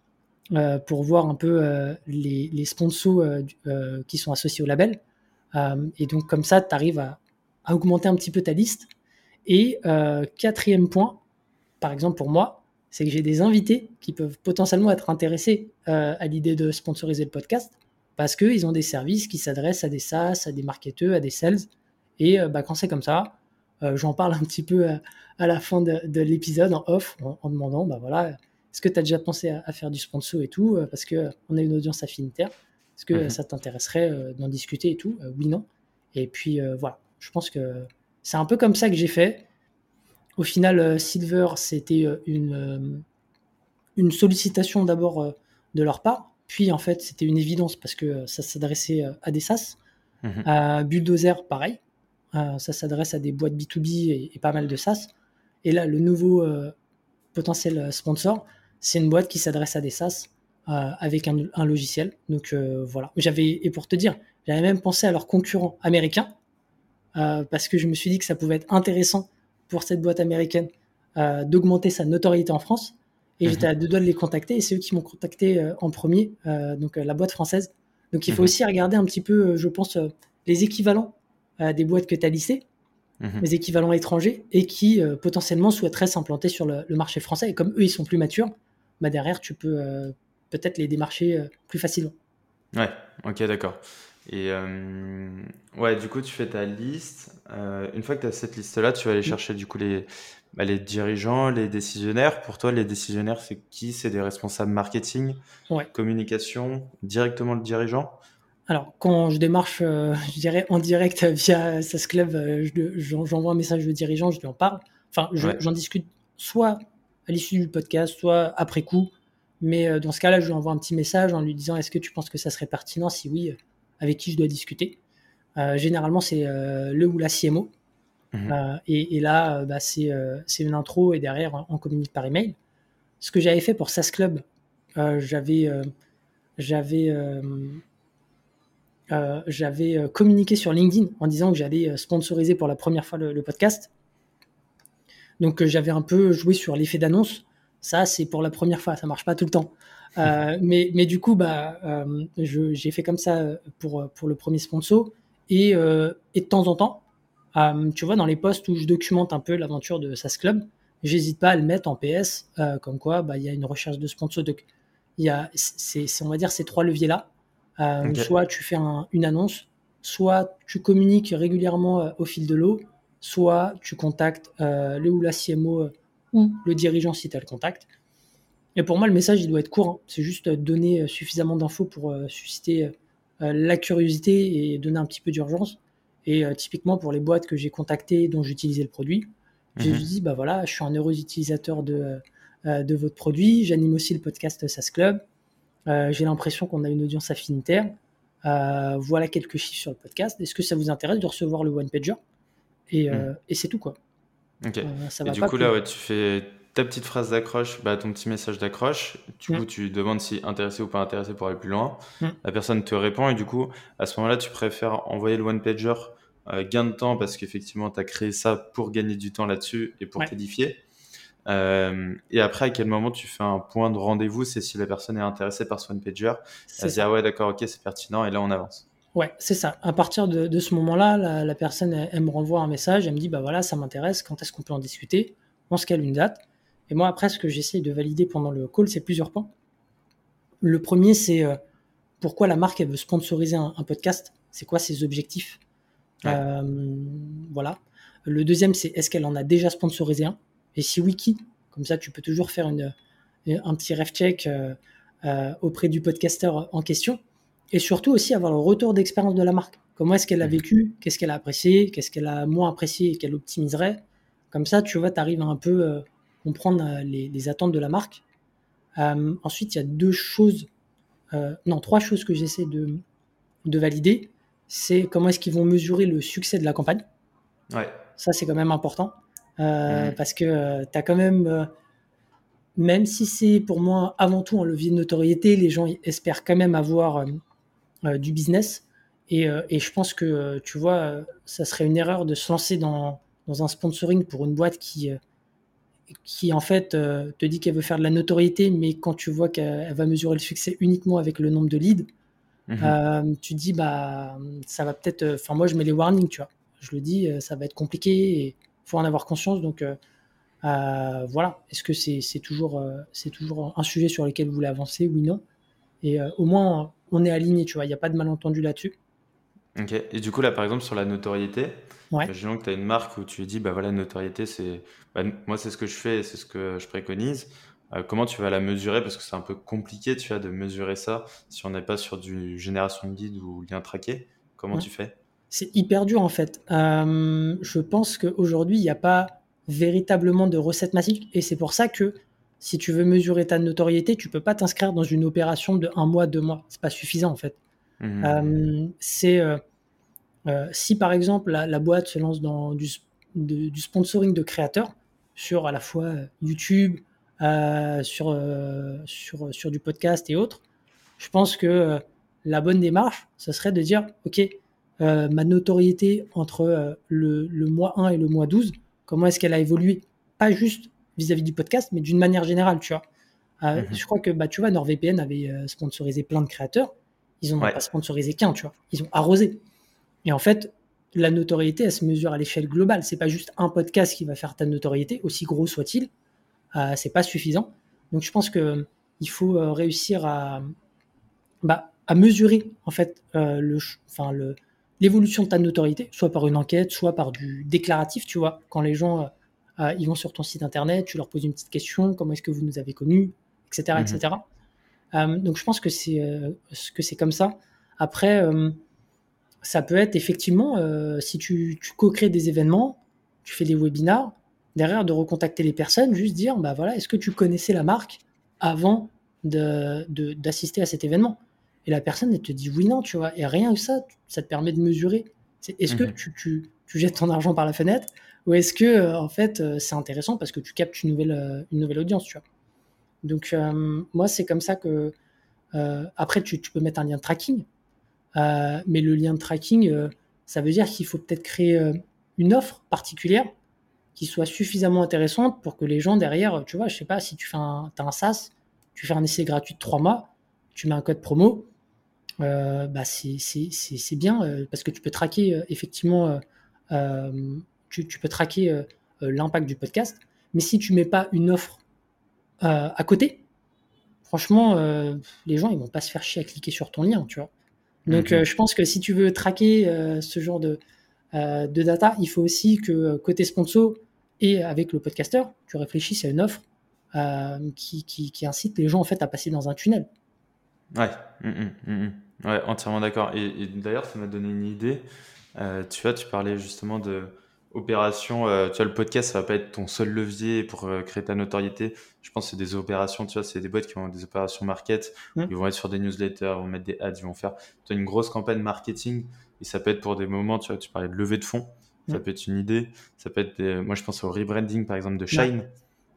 euh, pour voir un peu euh, les, les sponsors euh, euh, qui sont associés au label. Euh, et donc, comme ça, tu arrives à, à augmenter un petit peu ta liste. Et euh, quatrième point, par exemple pour moi, c'est que j'ai des invités qui peuvent potentiellement être intéressés euh, à l'idée de sponsoriser le podcast parce qu'ils ont des services qui s'adressent à des SaaS, à des marketeurs, à des sales. Et euh, bah, quand c'est comme ça, euh, j'en parle un petit peu à, à la fin de, de l'épisode en off en, en demandant, bah voilà, est-ce que tu as déjà pensé à, à faire du sponsor et tout euh, parce qu'on a une audience affinitaire. Est-ce que Mhm. ça t'intéresserait euh, d'en discuter et tout euh, Oui, non. Et puis euh, voilà, je pense que c'est un peu comme ça que j'ai fait. Au final, euh, Silver, c'était euh, une, euh, une sollicitation d'abord euh, de leur part, puis en fait, c'était une évidence parce que euh, ça s'adressait euh, à des SaaS. Mhm. Euh, Bulldozer, pareil, euh, ça s'adresse à des boîtes B deux B et, et pas mal de SaaS. Et là, le nouveau euh, potentiel euh, sponsor, c'est une boîte qui s'adresse à des SaaS euh, avec un, un logiciel. Donc euh, voilà. J'avais, et pour te dire, j'avais même pensé à leurs concurrents américains euh, parce que je me suis dit que ça pouvait être intéressant pour cette boîte américaine euh, d'augmenter sa notoriété en France. Et j'étais Mhm. à deux doigts de les contacter et c'est eux qui m'ont contacté euh, en premier, euh, donc euh, la boîte française. Donc il faut Mhm. aussi regarder un petit peu, euh, je pense, euh, les équivalents euh, des boîtes que tu as listées, Mhm. les équivalents étrangers et qui euh, potentiellement souhaiteraient s'implanter sur le, le marché français. Et comme eux, ils sont plus matures, bah derrière, tu peux euh, peut-être les démarcher euh, plus facilement. Ouais, ok, d'accord. Et euh, ouais, du coup, tu fais ta liste. Euh, une fois que tu as cette liste-là, tu vas aller Mm. chercher du coup les, bah, les dirigeants, les décisionnaires. Pour toi, les décisionnaires, c'est qui? C'est des responsables marketing, Ouais. communication, directement le dirigeant? Alors, quand je démarche, euh, je dirais en direct via SaaS Club, euh, je- j'en- j'envoie un message au dirigeant, je lui en parle. Enfin, je- Ouais. j'en discute soit à l'issue du podcast, soit après coup. Mais euh, dans ce cas-là, je lui envoie un petit message en lui disant est-ce que tu penses que ça serait pertinent? Si oui, euh, avec qui je dois discuter? Euh, généralement, c'est euh, le ou la C M O. Mhm. Euh, et, et là, euh, bah, c'est euh, c'est une intro et derrière, on, on communique par email. Ce que j'avais fait pour SaaS Club, euh, j'avais euh, j'avais euh, euh, j'avais euh, communiqué sur LinkedIn en disant que j'allais euh, sponsoriser pour la première fois le, le podcast. Donc euh, j'avais un peu joué sur l'effet d'annonce. Ça, c'est pour la première fois, ça marche pas tout le temps. Euh, mais, mais du coup, bah, euh, je, j'ai fait comme ça pour, pour le premier sponsor. Et, euh, et de temps en temps, euh, tu vois, dans les posts où je documente un peu l'aventure de SaaS Club, j'hésite pas à le mettre en P S, euh, comme quoi bah, il y a une recherche de sponsor. Donc, il y a, c'est, c'est, on va dire, ces trois leviers-là. Euh, Ok. soit tu fais un, une annonce, soit tu communiques régulièrement euh, au fil de l'eau, soit tu contactes euh, le ou la C M O euh, ou le dirigeant si tu as le contact. Et pour moi, le message, il doit être court. Hein. C'est juste euh, donner euh, suffisamment d'infos pour euh, susciter euh, la curiosité et donner un petit peu d'urgence. Et euh, typiquement, pour les boîtes que j'ai contactées dont j'utilisais le produit, j'ai Mhm. juste dit, bah voilà, je suis un heureux utilisateur de, euh, de votre produit. J'anime aussi le podcast SaaS Club. Euh, j'ai l'impression qu'on a une audience affinitaire. Euh, voilà quelques chiffres sur le podcast. Est-ce que ça vous intéresse de recevoir le one-pager? Et, Mhm. euh, et c'est tout, quoi. Ok. Euh, ça Et va du pas coup, plus là, loin. ouais, tu fais ta petite phrase d'accroche, bah, ton petit message d'accroche. Du Mm, coup, tu demandes si intéressé ou pas intéressé pour aller plus loin. mm. La personne te répond et du coup, à ce moment-là, tu préfères envoyer le one-pager euh, gain de temps parce qu'effectivement, tu as créé ça pour gagner du temps là-dessus et pour Ouais, t'édifier. Euh, et après, à quel moment tu fais un point de rendez-vous? C'est si la personne est intéressée par son pager. c'est Elle se dit, ça. ah ouais, d'accord, ok, c'est pertinent. Et là, on avance. Ouais, c'est ça. À partir de, de ce moment-là, la, la personne, elle, elle me renvoie un message, elle me dit, bah voilà, ça m'intéresse, quand est-ce qu'on peut en discuter? On se cale une date. Et moi, après, ce que j'essaie de valider pendant le call, c'est plusieurs points. Le premier, c'est euh, pourquoi la marque, elle veut sponsoriser un, un podcast? C'est quoi ses objectifs? Ouais. Euh, voilà. Le deuxième, c'est est-ce qu'elle en a déjà sponsorisé un? Et si oui, qui? Comme ça, tu peux toujours faire une, un petit ref check euh, euh, auprès du podcasteur en question. Et surtout aussi avoir le retour d'expérience de la marque. Comment est-ce qu'elle a Mhm. vécu? Qu'est-ce qu'elle a apprécié? Qu'est-ce qu'elle a moins apprécié et qu'elle optimiserait? Comme ça, tu vois, tu arrives à un peu euh, comprendre euh, les, les attentes de la marque. Euh, ensuite, il y a deux choses, euh, non, trois choses que j'essaie de, de valider. C'est comment est-ce qu'ils vont mesurer le succès de la campagne. Ouais. Ça, c'est quand même important. Euh, Mhm. parce que euh, tu as quand même, euh, même si c'est pour moi avant tout un levier de notoriété, les gens espèrent quand même avoir euh, euh, du business. Et, euh, et je pense que, euh, tu vois, euh, ça serait une erreur de se lancer dans, dans un sponsoring pour une boîte qui, euh, qui en fait, euh, te dit qu'elle veut faire de la notoriété, mais quand tu vois qu'elle va mesurer le succès uniquement avec le nombre de leads, Mhm. euh, tu te dis, bah, ça va peut-être. Enfin, moi, je mets les warnings, tu vois. Je le dis, euh, ça va être compliqué et il faut en avoir conscience. Donc, euh, euh, voilà. Est-ce que c'est c'est toujours, euh, c'est toujours un sujet sur lequel vous voulez avancer? Oui, non. Et euh, au moins, on est aligné, tu vois. Il n'y a pas de malentendu là-dessus. Ok. Et du coup, là, par exemple, sur la notoriété, Ouais. imaginons que tu as une marque où tu lui dis, bah voilà, notoriété, c'est, bah, n- moi, c'est ce que je fais et c'est ce que je préconise. Euh, comment tu vas la mesurer? Parce que c'est un peu compliqué, tu vois, de mesurer ça si on n'est pas sur du génération de lead ou lien traqué. Comment Ouais. tu fais? C'est hyper dur, en fait. Euh, je pense qu'aujourd'hui, il n'y a pas véritablement de recette magique. Et c'est pour ça que si tu veux mesurer ta notoriété, tu peux pas t'inscrire dans une opération de un mois, deux mois. C'est pas suffisant, en fait. Mhm. Euh, c'est euh, euh, si par exemple la, la boîte se lance dans du, de- du sponsoring de créateurs sur à la fois euh, YouTube, euh, sur, euh, sur, sur du podcast et autres, je pense que euh, la bonne démarche, ce serait de dire, OK, euh, ma notoriété entre euh, le, le mois un et le mois douze, comment est-ce qu'elle a évolué? Pas juste vis-à-vis du podcast, mais d'une manière générale, tu vois. Euh, je Mhm. crois que bah, tu vois, NordVPN avait euh, sponsorisé plein de créateurs. Ils n'en ont Ouais. pas sponsorisé qu'un, tu vois. Ils ont arrosé. Et en fait, la notoriété, elle se mesure à l'échelle globale. C'est pas juste un podcast qui va faire ta notoriété, aussi gros soit-il. Euh, c'est pas suffisant. Donc je pense que euh, il faut euh, réussir à, bah, à mesurer en fait euh, le, enfin le, l'évolution de ta notoriété, soit par une enquête, soit par du déclaratif. Tu vois, quand les gens euh, euh, ils vont sur ton site internet, tu leur poses une petite question, comment est-ce que vous nous avez connus, et cetera, Mhm. et cetera. Euh, donc je pense que c'est euh, que c'est comme ça. Après. Euh, ça peut être effectivement, euh, si tu, tu co-crées des événements, tu fais des webinars, derrière de recontacter les personnes, juste dire, bah voilà, est-ce que tu connaissais la marque avant de, de- d'assister à cet événement? Et la personne, elle te dit oui, non, tu vois. Et rien que ça, ça te permet de mesurer. C'est, est-ce que Mhm. tu, tu, tu jettes ton argent par la fenêtre ou est-ce que, euh, en fait, euh, c'est intéressant parce que tu captes une nouvelle, euh, une nouvelle audience, tu vois. Donc, euh, moi, c'est comme ça que, euh, après, tu, tu peux mettre un lien de tracking. Euh, mais le lien de tracking, euh, ça veut dire qu'il faut peut-être créer euh, une offre particulière qui soit suffisamment intéressante pour que les gens derrière, tu vois, je sais pas, si tu fais un, t'as un SaaS, tu fais un essai gratuit de trois mois, tu mets un code promo, euh, bah c'est, c'est, c'est, c'est bien euh, parce que tu peux traquer euh, effectivement, euh, euh, tu, tu peux traquer euh, euh, l'impact du podcast. Mais si tu mets pas une offre euh, à côté, franchement, euh, les gens ils vont pas se faire chier à cliquer sur ton lien, tu vois. Donc, euh, Mhm. je pense que si tu veux traquer euh, ce genre de, euh, de data, il faut aussi que euh, côté sponsor et avec le podcasteur, tu réfléchisses à une offre euh, qui, qui, qui incite les gens en fait à passer dans un tunnel. Ouais. Mhm. Mhm. Ouais, entièrement d'accord. Et, et d'ailleurs, ça m'a donné une idée. Euh, tu vois, tu parlais justement de opérations. Euh, tu vois, le podcast, ça va pas être ton seul levier pour euh, créer ta notoriété. Je pense que c'est des opérations. Tu vois, c'est des boîtes qui vont des opérations market. Où Hmm. ils vont être sur des newsletters, ils vont mettre des ads, ils vont faire tu vois, une grosse campagne marketing. Et ça peut être pour des moments. Tu vois, tu parlais de levée de fonds. Ça Hmm. peut être une idée. Ça peut être. Des- Moi, je pense au rebranding, par exemple, de Ouais, Shine.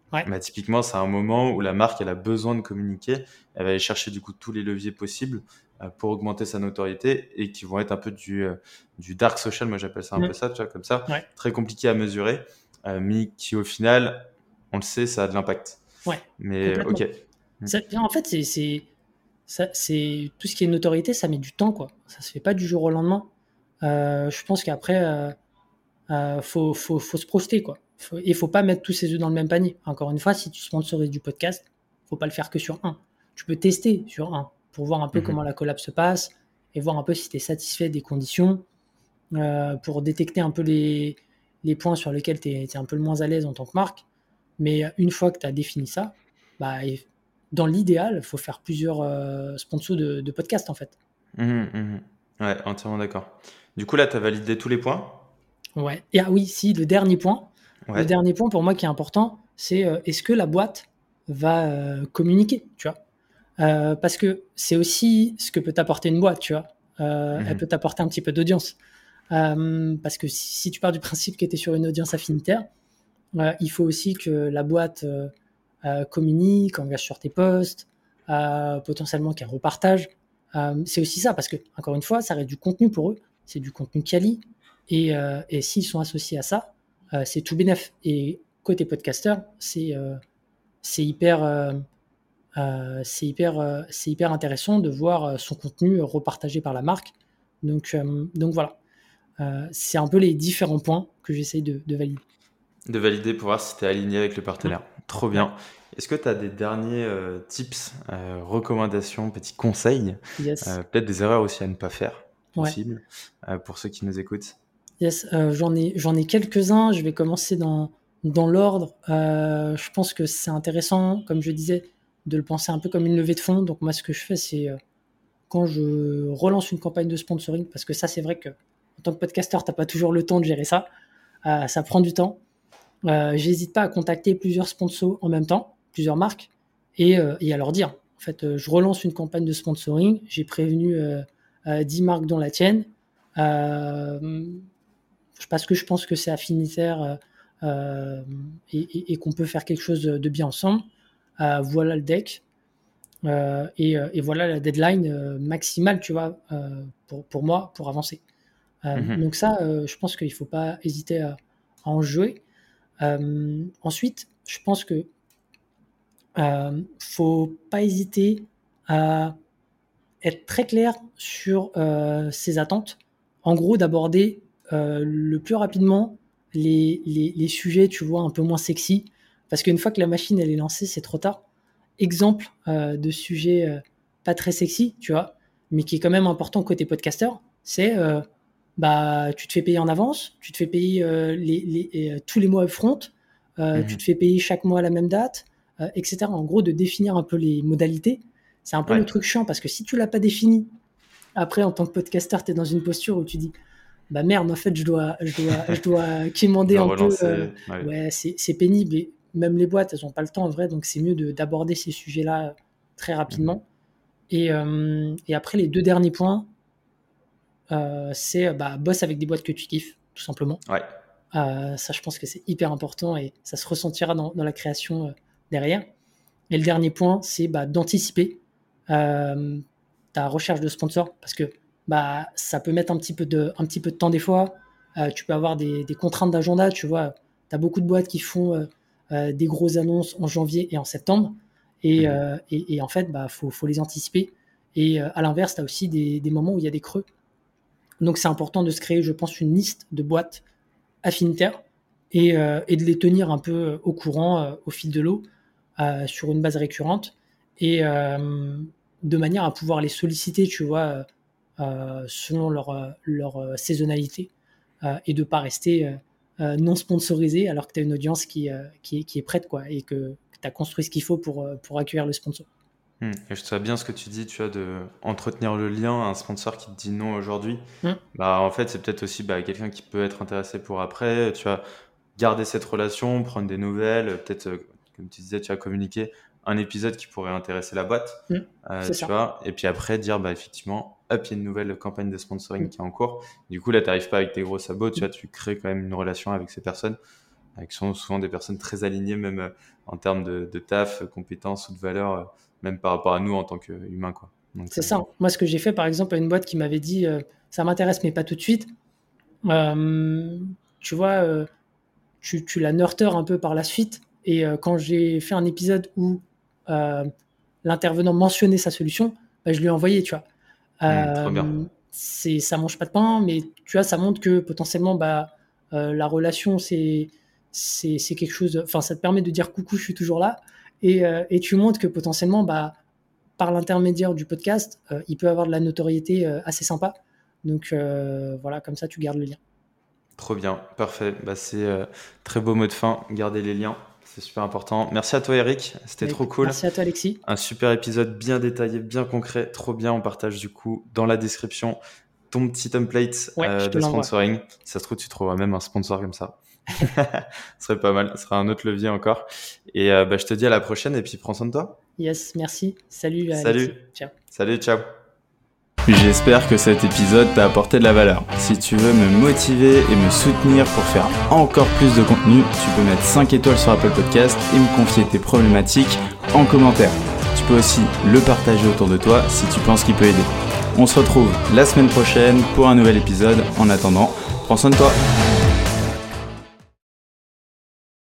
Ouais. Bah, typiquement, c'est un moment où la marque elle a besoin de communiquer. Elle va aller chercher du coup tous les leviers possibles euh, pour augmenter sa notoriété et qui vont être un peu du, euh, du dark social. Moi, j'appelle ça un Mm. peu ça, tu vois, comme ça. Ouais. Très compliqué à mesurer, euh, mais qui au final, on le sait, ça a de l'impact. Ouais. Mais Complètement. ok. Ça, en fait, c'est, c'est, ça, c'est tout ce qui est notoriété, ça met du temps, quoi. Ça se fait pas du jour au lendemain. Euh, je pense qu'après, euh, euh, faut, faut, faut se projeter, quoi. Faut, et faut pas mettre tous ses œufs dans le même panier. Encore une fois, si tu sponsorises du podcast, faut pas le faire que sur un. Tu peux tester sur un pour voir un peu Mhm. comment la collab se passe et voir un peu si tu es satisfait des conditions, euh, pour détecter un peu les, les points sur lesquels tu es un peu le moins à l'aise en tant que marque. Mais une fois que tu as défini ça, bah, dans l'idéal, il faut faire plusieurs euh, sponsors de, de podcast en fait. Mhm, mhm. Ouais, entièrement d'accord. Du coup, là, tu as validé tous les points. Ouais. Et ah oui, si, le dernier point, le Ouais. dernier point pour moi qui est important, c'est euh, est-ce que la boîte va euh, communiquer, tu vois. Euh, parce que c'est aussi ce que peut t'apporter une boîte, tu vois. Euh, elle Mhm. peut t'apporter un petit peu d'audience. Euh, parce que si, si tu pars du principe que tu es sur une audience affinitaire, euh, il faut aussi que la boîte euh, euh, communique, engage sur tes posts, euh, potentiellement qu'elle repartage. Euh, c'est aussi ça, parce que, encore une fois, ça reste du contenu pour eux, c'est du contenu quali, et, euh, et s'ils sont associés à ça, euh, c'est tout bénef. Et côté podcaster, c'est euh, c'est hyper, euh, euh, c'est hyper, euh, c'est hyper intéressant de voir euh, son contenu repartagé par la marque. Donc, euh, donc voilà, euh, c'est un peu les différents points que j'essaye de, de valider. De valider pour voir si tu es aligné avec le Mmh. partenaire. Trop Ouais, bien. Est-ce que tu as des derniers euh, tips, euh, recommandations, petits conseils, yes. euh, peut-être des erreurs aussi à ne pas faire, Ouais. possible, euh, pour ceux qui nous écoutent? Yes, euh, j'en ai, j'en ai quelques-uns. Je vais commencer dans, dans l'ordre. Euh, je pense que c'est intéressant, comme je disais, de le penser un peu comme une levée de fonds. Donc moi, ce que je fais, c'est euh, quand je relance une campagne de sponsoring, parce que ça, c'est vrai que en tant que podcasteur, t'as pas toujours le temps de gérer ça. Euh, ça prend du temps. Euh, j'hésite pas à contacter plusieurs sponsors en même temps, plusieurs marques, et, euh, et à leur dire, en fait, euh, je relance une campagne de sponsoring. J'ai prévenu euh, euh, dix marques dont la tienne. Euh, parce que je pense que c'est affinitaire euh, et, et, et qu'on peut faire quelque chose de bien ensemble. Euh, voilà le deck. Euh, et, et, voilà la deadline euh, maximale, tu vois, euh, pour, pour moi, pour avancer. Euh, Mhm. donc ça, euh, je pense qu'il ne faut pas hésiter à, à en jouer. Euh, ensuite, je pense que euh, faut pas hésiter à être très clair sur euh, ses attentes. En gros, d'aborder euh, le plus rapidement les, les, les sujets, tu vois, un peu moins sexy. Parce qu'une fois que la machine, elle est lancée, c'est trop tard. Exemple euh, de sujet euh, pas très sexy, tu vois, mais qui est quand même important côté podcaster, c'est euh, bah, tu te fais payer en avance, tu te fais payer euh, les, les, euh, tous les mois upfront, euh, tu Mhm. te fais payer chaque mois à la même date, euh, et cetera. En gros, de définir un peu les modalités. C'est un peu Ouais. le truc chiant parce que si tu l'as pas défini, après, en tant que podcaster, tu es dans une posture où tu dis bah merde, en fait, je dois, je dois, je dois Je quémander dois un peu. Euh, relancer. Ouais. ouais, c'est, c'est pénible. Et même les boîtes, elles n'ont pas le temps en vrai, donc c'est mieux de, d'aborder ces sujets-là très Mhm. rapidement. Et, euh, et après, les deux derniers points, euh, c'est bah, bosse avec des boîtes que tu kiffes, tout simplement. Ouais. Euh, ça, je pense que c'est hyper important et ça se ressentira dans, dans la création euh, derrière. Et le dernier point, c'est bah, d'anticiper euh, ta recherche de sponsors parce que bah, ça peut mettre un petit peu de, un petit peu de temps des fois. Euh, tu peux avoir des, des contraintes d'agenda. Tu vois, tu as beaucoup de boîtes qui font euh, euh, des grosses annonces en janvier et en septembre. Et, Mhm. euh, et, et en fait, bah, faut, faut les anticiper. Et euh, à l'inverse, tu as aussi des, des moments où il y a des creux. Donc, c'est important de se créer, je pense, une liste de boîtes affinitaires et, euh, et de les tenir un peu au courant euh, au fil de l'eau euh, sur une base récurrente et euh, de manière à pouvoir les solliciter, tu vois, euh, selon leur, leur saisonnalité euh, et de pas rester euh, non sponsorisé alors que tu as une audience qui, euh, qui, est, qui est prête quoi, et que, que tu as construit ce qu'il faut pour, pour accueillir le sponsor. Mhm. Et je trouve bien ce que tu dis, tu vois, de entretenir le lien à un sponsor qui te dit non aujourd'hui. Hum, Bah, en fait, c'est peut-être aussi bah, quelqu'un qui peut être intéressé pour après, tu vois, garder cette relation, prendre des nouvelles, euh, peut-être, euh, comme tu disais, tu as communiqué un épisode qui pourrait intéresser la boîte, hum, euh, c'est tu ça. vois, et puis après dire, bah, effectivement, hop, il y a une nouvelle campagne de sponsoring Hum, qui est en cours. Du coup, là, tu n'arrives pas avec tes gros sabots, tu hum, vois, tu crées quand même une relation avec ces personnes avec souvent, souvent des personnes très alignées, même euh, en termes de, de taf, compétences ou de valeurs, euh, même par rapport à nous en tant qu'humains, quoi. Donc, c'est euh, ça. Moi, ce que j'ai fait, par exemple, à une boîte qui m'avait dit euh, ça m'intéresse, mais pas tout de suite. Euh, tu vois, euh, tu, tu la nurtures un peu par la suite. Et euh, quand j'ai fait un épisode où euh, l'intervenant mentionnait sa solution, bah, je lui ai envoyé, tu vois. Mmh, trop bien. Euh, c'est, ça mange pas de pain, mais tu vois, ça montre que potentiellement, bah, euh, la relation, c'est, c'est, c'est quelque chose. Enfin, ça te permet de dire coucou, je suis toujours là, et, euh, et tu montres que potentiellement, bah, par l'intermédiaire du podcast, euh, il peut avoir de la notoriété euh, assez sympa. Donc euh, voilà, comme ça, tu gardes le lien. Trop bien, parfait. Bah, c'est euh, très beau mot de fin. Garder les liens, c'est super important. Merci à toi, Eric. C'était Bah, trop écoute, cool. merci à toi, Alexis. Un super épisode bien détaillé, bien concret. Trop bien. On partage du coup dans la description ton petit template Ouais, euh, je te de l'envoie. sponsoring. Si ça se trouve, tu trouveras même un sponsor comme ça. Ce serait pas mal. Ce sera un autre levier encore. Et euh, bah, je te dis à la prochaine et puis prends soin de toi. Yes, merci. Salut, Salut. Alexis. Ciao. Salut, ciao. J'espère que cet épisode t'a apporté de la valeur. Si tu veux me motiver et me soutenir pour faire encore plus de contenu, tu peux mettre cinq étoiles sur Apple Podcast et me confier tes problématiques en commentaire. Tu peux aussi le partager autour de toi si tu penses qu'il peut aider. On se retrouve la semaine prochaine pour un nouvel épisode. En attendant, prends soin de toi.